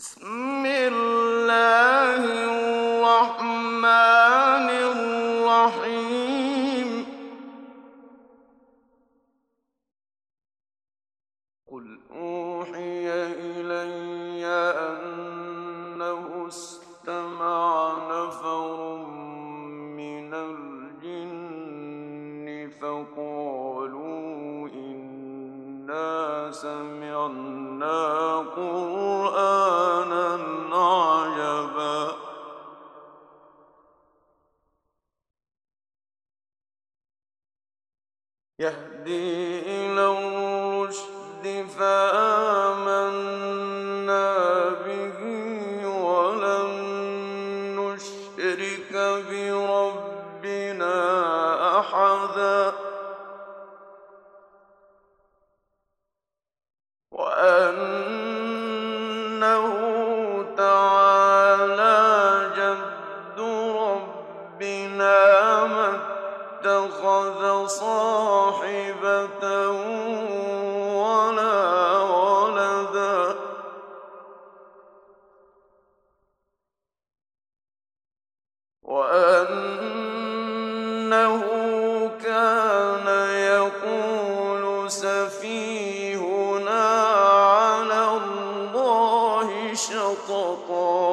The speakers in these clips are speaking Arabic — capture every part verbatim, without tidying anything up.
بسم الله الرحمن الرحيم قل أوحي إلي أنه استمع نفر من الجن فقالوا إنا سمعنا قرآنا عجبا يهدي إلى الرشد فآمنا به ولن نشرك بربنا أحدا وأنه تعالى جد ربنا ما اتخذ صاحبة ولا ولدا وأنه كان يقول سفيهنا على الله شططا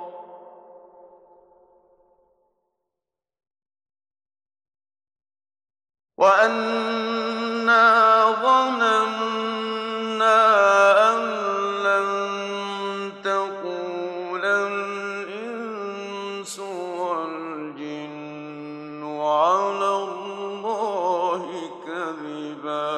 وأنا ظننا أن لن تقول الإنس والجن على الله كذبا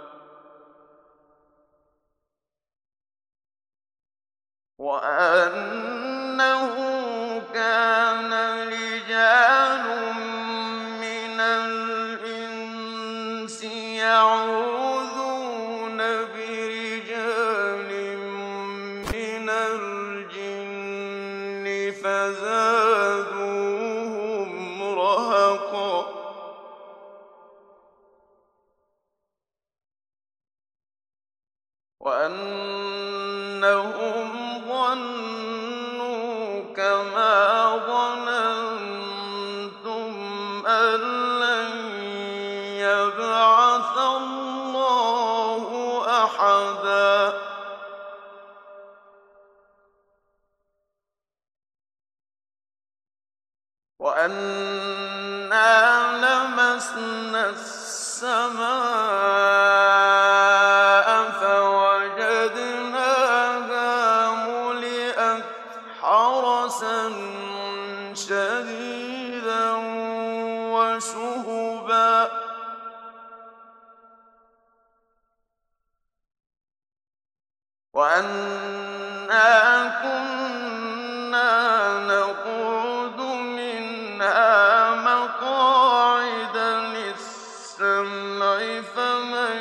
وأنه كان رجال من الإنس يعوذون برجال من الجن فزادوهم رهقا وأنهم ظنوا كما ظننتم أن لن يبعث الله أحدا وأنا لمسنا السماء فوجدناها ملئت حرسا شديدا وشهبا وأنا كنا نقعد منها مقاعد للسمع فمن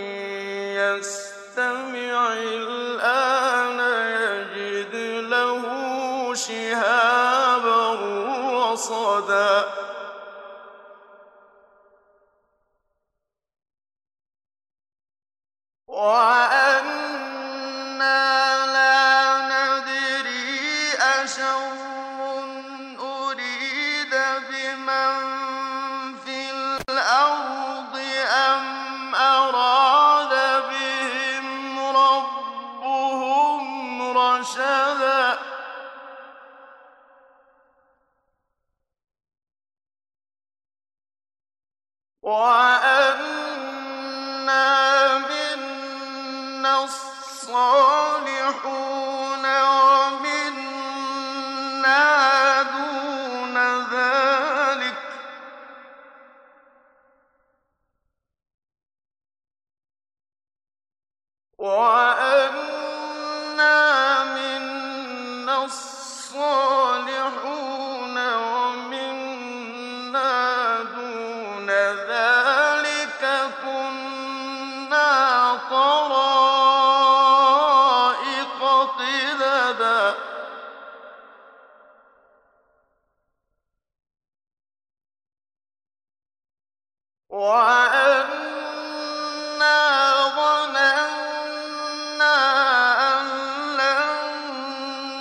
يستمع الآن يجد له شهابا رصدا وأنا لا ندري أشر أريد بمن في الأرض أم أراد بهم ربهم رشدا وأنا منا الصالحون ومنا دون ذلك وأنا منا الصالحون ومنا دون ذلك كنا طرائق قددا وأنا ظننا أن لن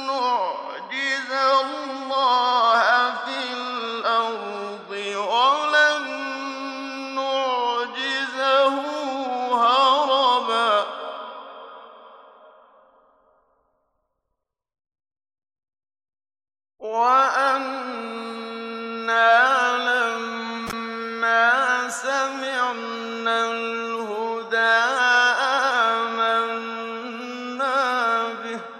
وَأَنَّا لَمَّا سَمِعْنَا الْهُدَىٰ آمَنَّا بِهِ ۖ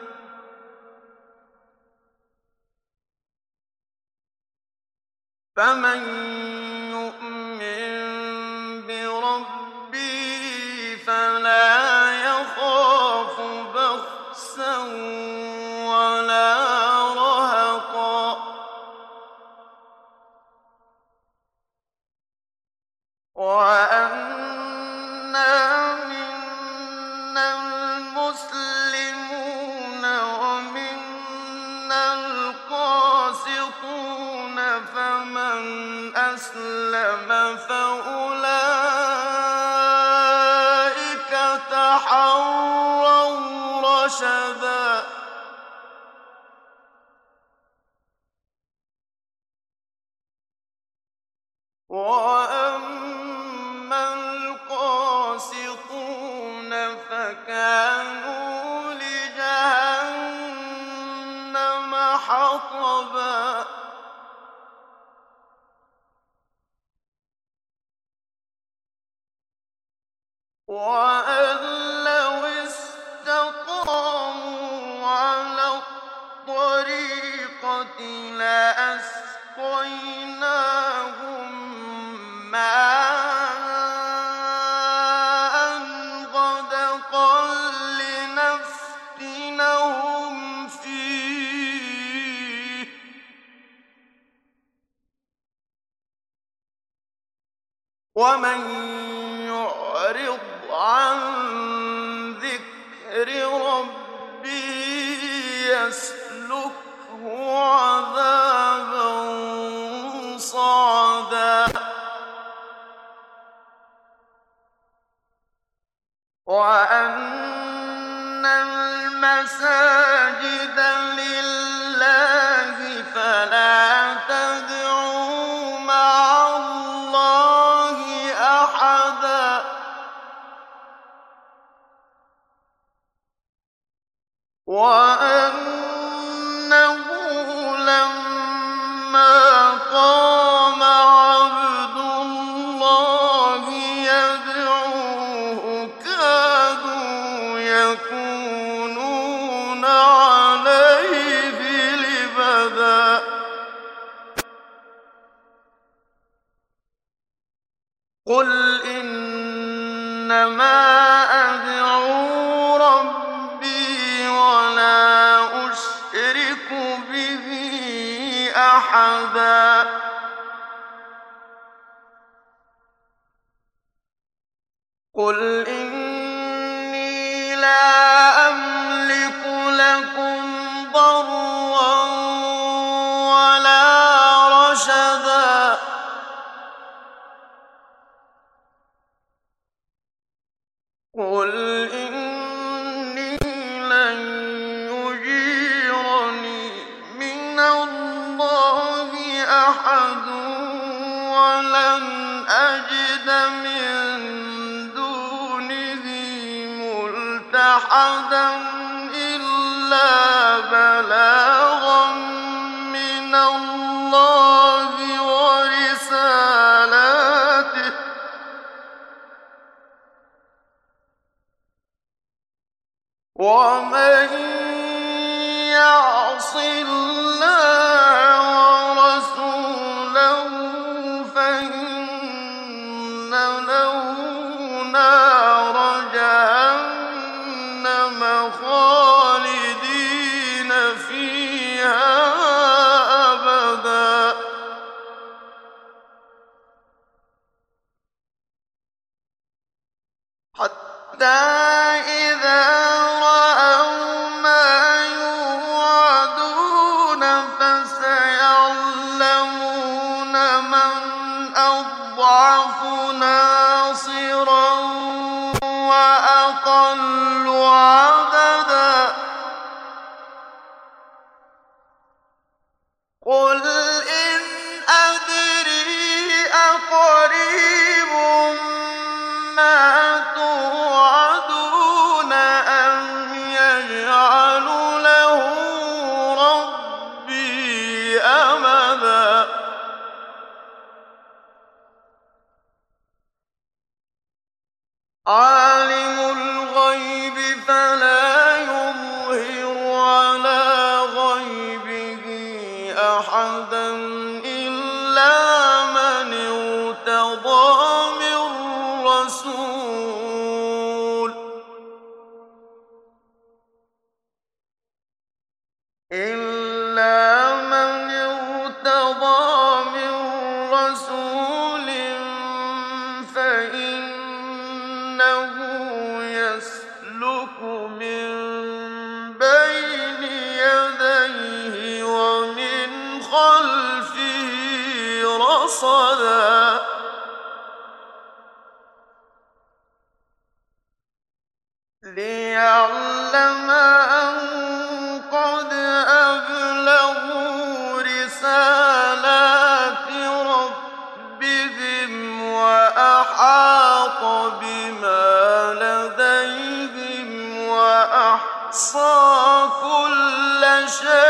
فَمَن يُؤْمِن بِرَبِّهِ فَلَا يَخَافُ بَخْسًا وَلَا رَهَقًا. وَأَنَّا مِنَّا الْمُسْلِمُونَ وَمِنَّا الْقَاسِطُونَ ۖ فَمَنْ أَسْلَمَ فَأُولَٰئِكَ تَحَرَّوْا رَشَدًا. وَأَمَّا الْقَاسِطُونَ فَكَانُوا لِجَهَنَّمَ حَطَبًا. وَأَن لَّوْ اسْتَقَامُوا عَلَى الطَّرِيقَةِ لَأَسْقَيْنَاهُم مَّاءً غَدَقًا لِّنَفْتِنَهُمْ فِيهِ ۚ وَمَن يُعْرِضْ عَن ذِكْرِ رَبِّهِ يَسْلُكْهُ عَذَابًا صَعَدًا. وَأَنَّ الْمَسَاجِدَ لِلَّهِ فَلَا تَدْعُوا مَعَ اللَّهِ أَحَدًا. وَأَنَّهُ لَمَّا قَامَ عَبْدُ اللَّهِ يَدْعُوهُ كَادُوا يَكُونُونَ عَلَيْهِ لِبَدًا. قُلْ إِنَّمَا أَدْعُو رَبِّي وَلَا أُشْرِكُ بِهِ أَحَدًا. قُلْ إِنِّي لَا أَمْلِكُ لَكُمْ ضَرًّا وَلَا رَشَدًا. قُلْ إِنِّي لَن يُجِيرَنِي مِنَ اللَّهِ أَحَدٌ وَلَنْ أَجِدَ مِن دُونِهِ مُلْتَحَدًا إِلَّا بَلَاغًا مِّنَ اللَّهِ وَرِسَالَاتِهِ ۚ وَمَن يَعْصِ اللَّهَ وَرَسُولَهُ فَإِنَّ لَهُ نَارَ جَهَنَّمَ خَالِدِينَ فِيهَا أَبَدًا. حَتَّىٰ إِذَا رَأَوْا مَا يُوعَدُونَ فَسَيَعْلَمُونَ مَنْ أَضْعَفُ نَاصِرًا وَأَقَلُّ عَدَدًا. قُلْ إِنْ أَدْرِي أَقَرِيبٌ مَّا تُوعَدُونَ أَمْ يَجْعَلُ لَهُ رَبِّي عَلَىٰ غَيْبِهِ أَحَدًا إِلَّا مَنِ ارْتَضَىٰ مِن رَّسُولٍ فَإِنَّهُ يَسْلُكُ مِن بَيْنِ يَدَيْهِ وَمِنْ خَلْفِهِ رَصَدًا لِّيَعْلَمَ أَن قَدْ أَبْلَغُوا رِسَالَاتِ رَبِّهِمْ وَأَحَاطَ بِمَا لَدَيْهِمْ وَأَحْصَىٰ كُلَّ شَيْءٍ